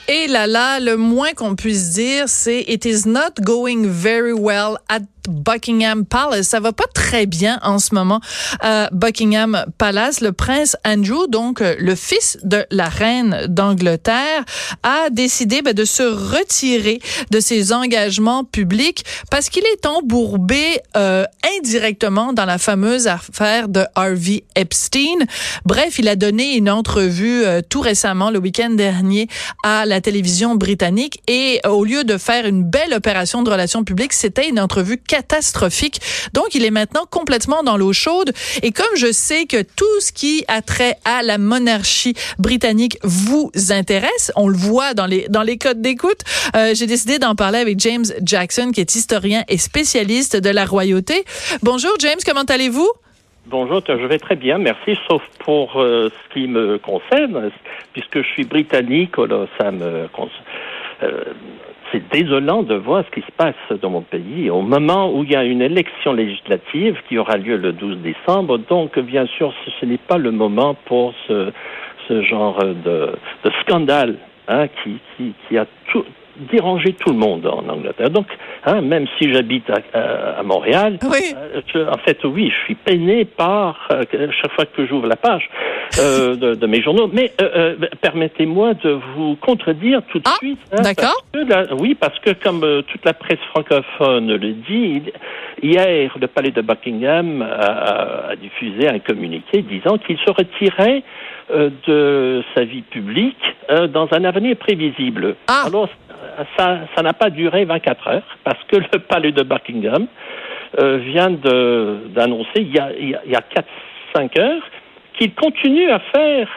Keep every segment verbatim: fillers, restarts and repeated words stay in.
Et là là, le moins qu'on puisse dire, c'est « It is not going very well at Buckingham Palace ». Ça va pas très bien en ce moment à Buckingham Palace. Le prince Andrew, donc le fils de la reine d'Angleterre, a décidé ben, de se retirer de ses engagements publics parce qu'il est embourbé euh, indirectement dans la fameuse affaire de Harvey Epstein. Bref, il a donné une entrevue euh, tout récemment, le week-end dernier, à la télévision britannique et euh, au lieu de faire une belle opération de relations publiques, c'était une entrevue catastrophique. Donc, il est maintenant complètement dans l'eau chaude. Et comme je sais que tout ce qui a trait à la monarchie britannique vous intéresse, on le voit dans les dans les codes d'écoute, euh, j'ai décidé d'en parler avec James Jackson, qui est historien et spécialiste de la royauté. Bonjour James, comment allez-vous? Bonjour, je vais très bien, merci, sauf pour euh, ce qui me concerne, puisque je suis britannique, alors ça me euh, c'est désolant de voir ce qui se passe dans mon pays au moment où il y a une élection législative qui aura lieu le douze décembre. Donc, bien sûr, ce, ce n'est pas le moment pour ce, ce genre de, de scandale hein, qui, qui, qui a tout dérangé tout le monde en Angleterre. Donc, hein, même si j'habite à, à, à Montréal, oui. euh, je, en fait, oui, je suis peiné par euh, chaque fois que j'ouvre la page euh, de, de mes journaux. Mais euh, euh, permettez-moi de vous contredire tout de ah, suite. Hein, d'accord. Parce que la, oui, parce que comme euh, toute la presse francophone le dit, hier, le palais de Buckingham a, a, a diffusé un communiqué disant qu'il se retirait euh, de sa vie publique euh, dans un avenir prévisible. Ah. Alors, ça, ça n'a pas duré vingt-quatre heures parce que le palais de Buckingham euh, vient de, d'annoncer il y a, il y a quatre cinq heures qu'il continue à faire,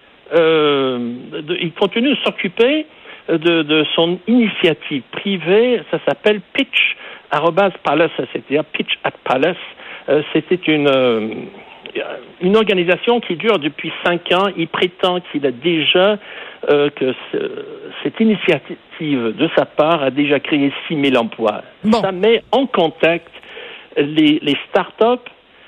euh, de, il continue de s'occuper de, de son initiative privée. Ça s'appelle Pitch arobase Palace, c'est-à-dire Pitch at Palace. Euh, c'était une euh, une organisation qui dure depuis cinq ans. Il prétend qu'il a déjà euh, que ce, cette initiative de sa part a déjà créé six mille emplois. Bon. Ça met en contact les, les start-up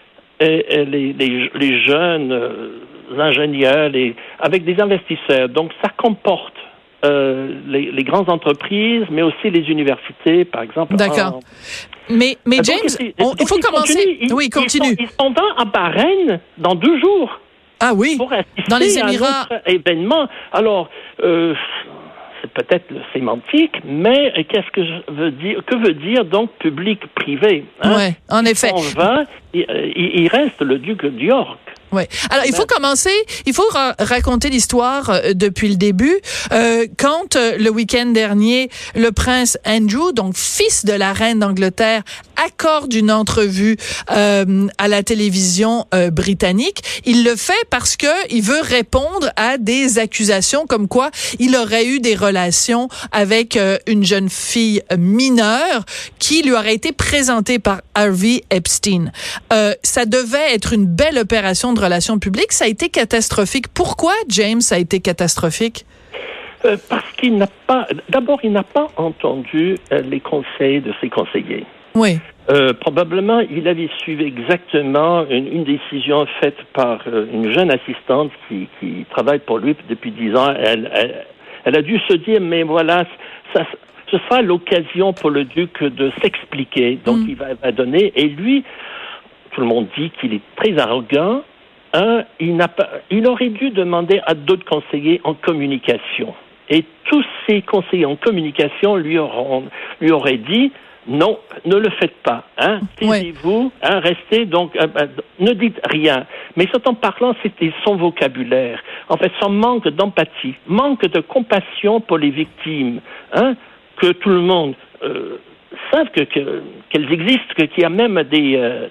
et, et les, les, les jeunes euh, ingénieurs les, avec des investisseurs. Donc, ça comporte euh, les, les grandes entreprises, mais aussi les universités, par exemple. D'accord. En... Mais, mais James, donc, on, donc, il faut commencer... Continue, ils, oui, continue. Ils s'en vont à Bahreïn dans deux jours. Ah oui, pour assister dans les à Émirats. un autre événement. Alors, euh, c'est peut-être le sémantique, mais qu'est-ce que je veux dire que veut dire donc public-privé hein? Ouais, en effet. On va, il, il reste le duc de York. Oui. Alors, il faut commencer, il faut ra- raconter l'histoire euh, depuis le début. Euh, quand, euh, le week-end dernier, le prince Andrew, donc fils de la reine d'Angleterre, accorde une entrevue euh, à la télévision euh, britannique, il le fait parce que il veut répondre à des accusations comme quoi il aurait eu des relations avec euh, une jeune fille mineure qui lui aurait été présentée par Harvey Epstein. Euh, ça devait être une belle opération de relations publiques, ça a été catastrophique. Pourquoi, James, ça a été catastrophique? Euh, parce qu'il n'a pas... D'abord, il n'a pas entendu euh, les conseils de ses conseillers. Oui. Euh, probablement, il avait suivi exactement une, une décision faite par euh, une jeune assistante qui, qui travaille pour lui depuis dix ans. Elle, elle, elle a dû se dire, mais voilà, ça, ce sera l'occasion pour le duc de s'expliquer. Donc, mm. il va, va donner. Et lui, tout le monde dit qu'il est très arrogant. Un, il n'a pas, il aurait dû demander à d'autres conseillers en communication. Et tous ces conseillers en communication lui auront, lui auraient dit, non, ne le faites pas, hein. Taisez-vous, hein, restez donc, euh, euh, ne dites rien. Mais tout en parlant, c'était son vocabulaire. En fait, son manque d'empathie, manque de compassion pour les victimes, hein, que tout le monde euh, savent que, que, qu'elles existent, que, qu'il y a même des, euh,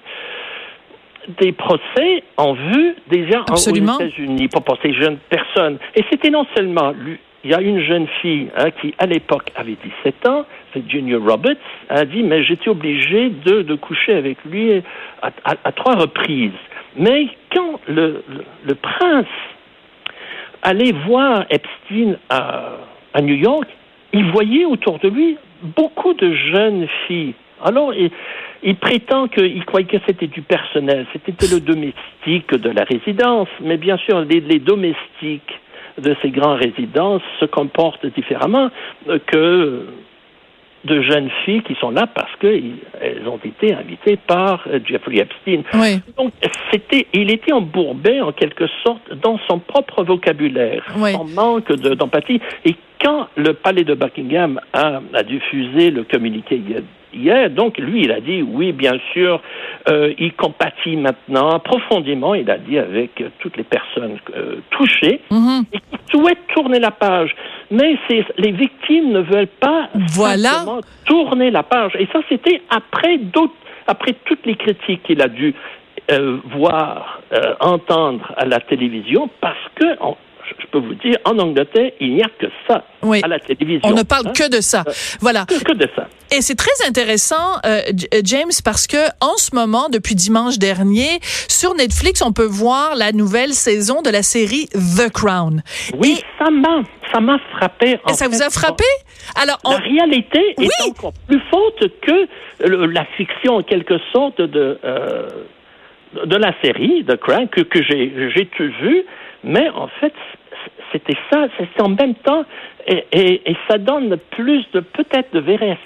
des procès en vue déjà en, aux États-Unis pour, pour ces jeunes personnes. Et c'était non seulement lui. Il y a une jeune fille hein, qui, à l'époque, avait dix-sept ans, Virginia Roberts, a dit, mais j'étais obligée de, de coucher avec lui à, à, à trois reprises. Mais quand le, le, le prince allait voir Epstein à, à New York, il voyait autour de lui beaucoup de jeunes filles. Alors, il, il prétend qu'il croyait que c'était du personnel, c'était le domestique de la résidence, mais bien sûr, les, les domestiques de ces grandes résidences se comportent différemment que de jeunes filles qui sont là parce qu'elles ont été invitées par Jeffrey Epstein. Oui. Donc, c'était, il était embourbé en quelque sorte dans son propre vocabulaire, oui. en manque de, d'empathie. Et quand le palais de Buckingham a, a diffusé le communiqué hier, donc lui, il a dit oui, bien sûr, euh, il compatit maintenant profondément, il a dit avec euh, toutes les personnes euh, touchées, mm-hmm. et qui souhaitent tourner la page. Mais c'est, les victimes ne veulent pas voilà. simplement tourner la page. Et ça, c'était après d'autres, après toutes les critiques qu'il a dû euh, voir, euh, entendre à la télévision, parce que on, je peux vous dire, en Angleterre, il n'y a que ça oui. à la télévision. On ne parle hein? que de ça. Euh, voilà. Que, que de ça. Et c'est très intéressant, euh, James, parce que en ce moment, depuis dimanche dernier, sur Netflix, on peut voir la nouvelle saison de la série The Crown. Oui, et ça m'a, ça m'a frappé. Et ça fait, vous a frappé? Alors, on... La réalité oui. est encore plus forte que le, la fiction, en quelque sorte, de euh, de la série The Crown que que j'ai j'ai tout vu. Mais en fait, c'était ça, c'est en même temps, et, et, et ça donne plus de, peut-être de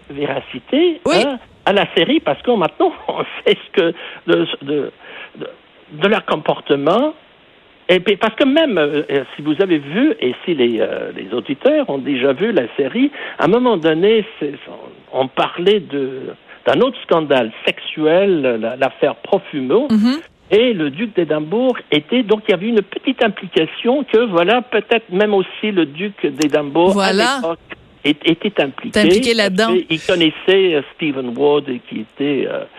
véracité oui. hein, à la série, parce que maintenant, on sait ce que, de, de, de, de leur comportement, et puis, parce que même, euh, si vous avez vu, et si les, euh, les auditeurs ont déjà vu la série, à un moment donné, c'est, on, on parlait de, d'un autre scandale sexuel, la, l'affaire Profumo, mm-hmm. Et le duc d'Édimbourg était, donc il y avait une petite implication que, voilà, peut-être même aussi le duc d'Édimbourg, voilà. à l'époque, était impliqué. impliqué là-dedans. Il connaissait Stephen Ward, qui était euh,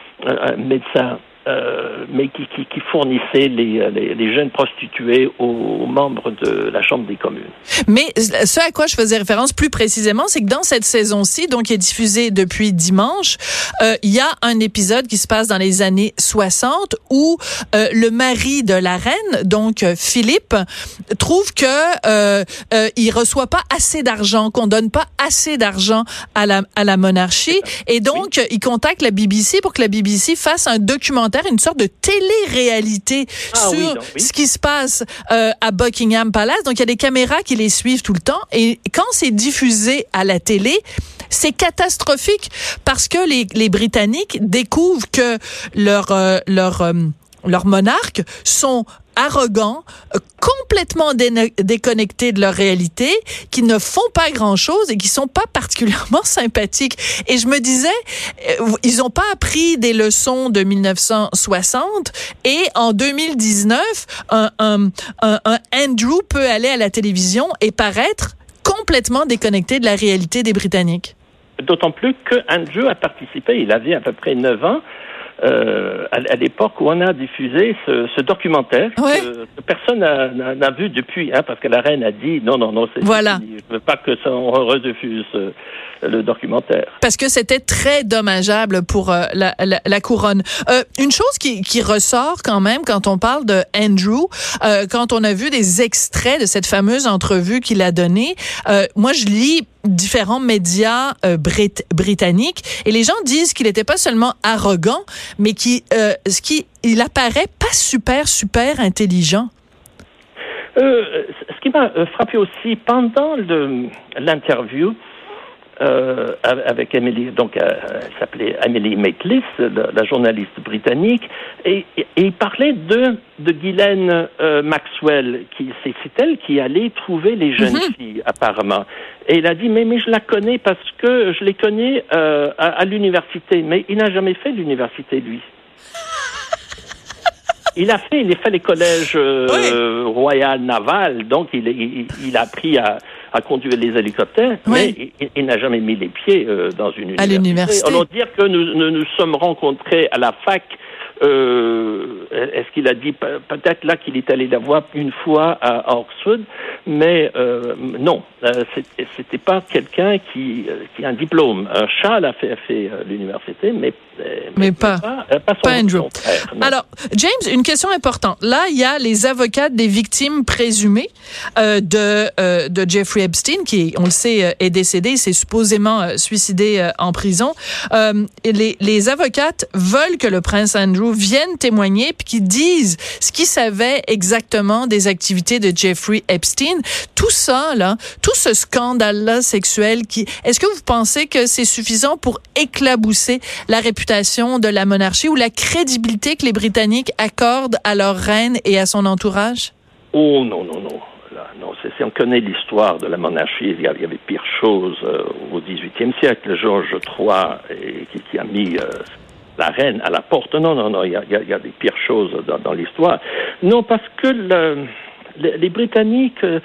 un médecin, euh, mais qui, qui, qui fournissait les, les, les jeunes prostituées aux, aux membres de la Chambre des communes. Mais ce à quoi je faisais référence plus précisément, c'est que dans cette saison-ci, donc qui est diffusée depuis dimanche, euh, il y a un épisode qui se passe dans les années soixante où euh, le mari de la reine, donc Philippe, trouve que euh, euh, il reçoit pas assez d'argent, qu'on donne pas assez d'argent à la à la monarchie, et donc oui. il contacte la B B C pour que la B B C fasse un documentaire, une sorte de télé-réalité ah, sur oui, donc, oui. ce qui se passe euh, à Buckingham Palace. Donc, il y a des caméras qui les suivent tout le temps. Et quand c'est diffusé à la télé, c'est catastrophique parce que les, les Britanniques découvrent que leur, euh, leur, euh, leurs monarques sont arrogants, complètement dé- déconnectés de leur réalité, qui ne font pas grand-chose et qui sont pas particulièrement sympathiques. Et je me disais, euh, ils ont pas appris des leçons de mille neuf cent soixante et en deux mille dix-neuf, un, un, un, un Andrew peut aller à la télévision et paraître complètement déconnecté de la réalité des Britanniques. D'autant plus que Andrew a participé, il avait à peu près neuf ans, Euh, à, à l'époque où on a diffusé ce, ce documentaire ouais. que, que personne n'a, n'a, n'a vu depuis, hein, parce que la reine a dit non, non, non, c'est voilà. fini. Je veux pas que ça on rediffuse euh, le documentaire. Parce que c'était très dommageable pour euh, la, la, la couronne. Euh, une chose qui, qui ressort quand même quand on parle de Andrew, euh, quand on a vu des extraits de cette fameuse entrevue qu'il a donnée, euh, moi je lis différents médias euh, brit- britanniques et les gens disent qu'il n'était pas seulement arrogant, mais qu'il euh, ce qui il apparaît pas super super intelligent. Euh, ce qui m'a frappé aussi pendant le, l'interview euh, avec Emily, donc euh, elle s'appelait Emily Maitlis, la, la journaliste britannique, et, et, et il parlait de de Ghislaine euh, Maxwell, qui c'est, c'est elle qui allait trouver les jeunes mm-hmm. filles apparemment. Et il a dit mais mais je la connais parce que je les connais euh, à, à l'université, mais il n'a jamais fait l'université lui. Il a fait, il a fait les collèges euh, oui. royal naval, donc il, il, il a appris à, à conduire les hélicoptères, oui. mais il, il n'a jamais mis les pieds euh, dans une à université. l'université. On va dire que nous, nous nous sommes rencontrés à la fac. Euh, est-ce qu'il a dit peut-être là qu'il est allé la voir une fois à Oxford, mais euh, non, euh, c'était, c'était pas quelqu'un qui, qui a un diplôme. Un Charles a fait, a fait euh, l'université, mais mais, mais pas pas, euh, pas, son pas Andrew. Frère, alors James, une question importante. Là, il y a les avocats des victimes présumées euh, de euh, de Jeffrey Jeffrey Epstein, qui, on le sait, est décédé, s'est supposément suicidé en prison. Euh, les, les avocates veulent que le prince Andrew vienne témoigner puis qu'ils disent ce qu'ils savaient exactement des activités de Jeffrey Epstein. Tout ça, là, tout ce scandale-là sexuel, qui, est-ce que vous pensez que c'est suffisant pour éclabousser la réputation de la monarchie ou la crédibilité que les Britanniques accordent à leur reine et à son entourage? Oh non, non, non. Là, non, c'est, si on connaît l'histoire de la monarchie, il y avait pire chose euh, au dix-huitième siècle. Georges trois, et, qui, qui a mis euh, la reine à la porte. Non, non, non, il y a, il y a, il y a des pires choses dans, dans l'histoire. Non, parce que le, les, les Britanniques euh,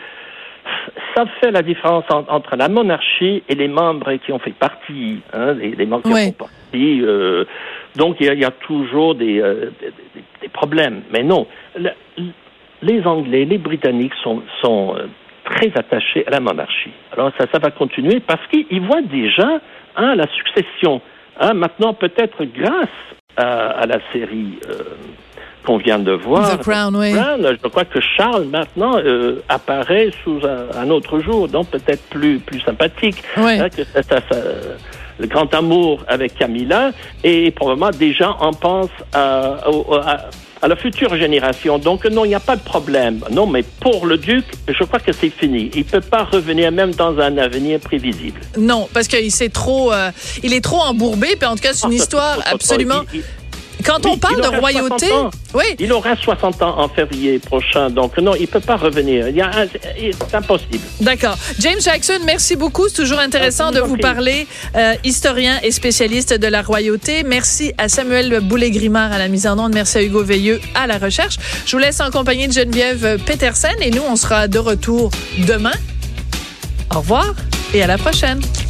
savent faire la différence en, entre la monarchie et les membres qui ont fait partie, hein, les, les membres qui oui. ont fait partie. Euh, donc, il y, a, il y a toujours des, euh, des, des, des problèmes. Mais non, le, les Anglais, les Britanniques sont, sont euh, très attachés à la monarchie. Alors, ça, ça va continuer parce qu'ils voient déjà hein, la succession. Hein, maintenant, peut-être grâce à, à la série euh, qu'on vient de voir. The Crown, oui. Crown, je crois que Charles, maintenant, euh, apparaît sous un, un autre jour, donc peut-être plus, plus sympathique. Oui. Hein, que ça, ça, ça, le grand amour avec Camilla, et probablement déjà on pense à, à, à la future génération. Donc non, il n'y a pas de problème. Non, mais pour le duc, je crois que c'est fini. Il ne peut pas revenir même dans un avenir prévisible. Non, parce qu'il s'est trop, euh, il est trop embourbé. Puis en tout cas, c'est une ah, histoire ça, absolument. Il, il, Quand oui, on parle de royauté, oui. Il aura soixante ans en février prochain, donc non, il ne peut pas revenir. Il y a un, c'est impossible. D'accord. James Jackson, merci beaucoup. C'est toujours intéressant de vous parler, euh, historien et spécialiste de la royauté. Merci à Samuel Boulay-Grimard à la mise en onde. Merci à Hugo Veilleux à la recherche. Je vous laisse en compagnie de Geneviève Petersen et nous, on sera de retour demain. Au revoir et à la prochaine.